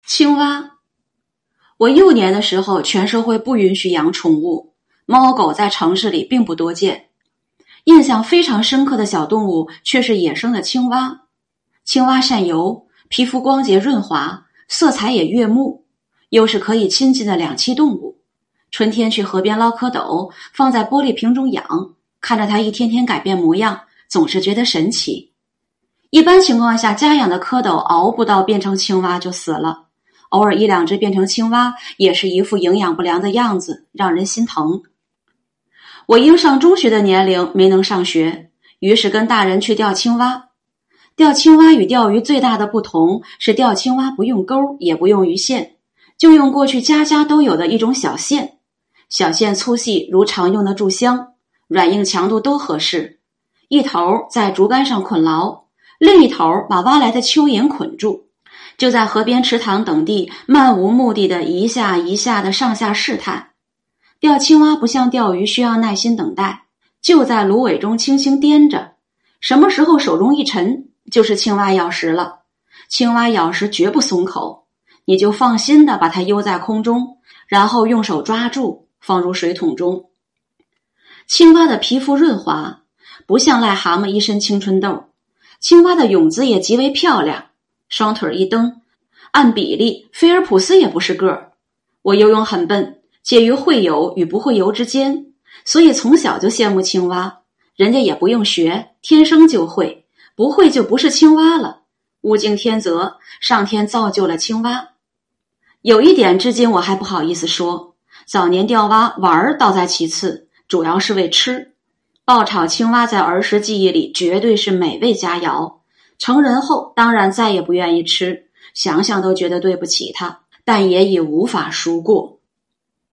青蛙。我幼年的时候，全社会不允许养宠物，猫狗在城市里并不多见。印象非常深刻的小动物却是野生的青蛙。青蛙善游，皮肤光洁润滑，色彩也悦目，又是可以亲近的两栖动物。春天去河边捞蝌蚪，放在玻璃瓶中养，看着它一天天改变模样，总是觉得神奇。一般情况下，家养的蝌蚪熬不到变成青蛙就死了，偶尔一两只变成青蛙，也是一副营养不良的样子，让人心疼。我因上中学的年龄没能上学，于是跟大人去钓青蛙。钓青蛙与钓鱼最大的不同是，钓青蛙不用钩，也不用鱼线，就用过去家家都有的一种小线。小线粗细如常用的炷香，软硬强度都合适，一头在竹竿上捆牢，另一头把挖来的蚯蚓捆住，就在河边池塘等地漫无目的的一下一下的上下试探。钓青蛙不像钓鱼需要耐心等待，就在芦苇中轻轻掂着，什么时候手中一沉，就是青蛙咬食了。青蛙咬食绝不松口，你就放心的把它悠在空中，然后用手抓住，放入水桶中。青蛙的皮肤润滑，不像癞蛤蟆一身青春痘。青蛙的泳姿也极为漂亮，双腿一蹬，按比例菲尔普斯也不是个儿。我游泳很笨，介于会游与不会游之间，所以从小就羡慕青蛙，人家也不用学，天生就会，不会就不是青蛙了。物竞天择，上天造就了青蛙。有一点至今我还不好意思说，早年钓蛙玩倒在其次，主要是为吃。爆炒青蛙在儿时记忆里绝对是美味佳肴，成人后当然再也不愿意吃，想想都觉得对不起它，但也已无法赎过。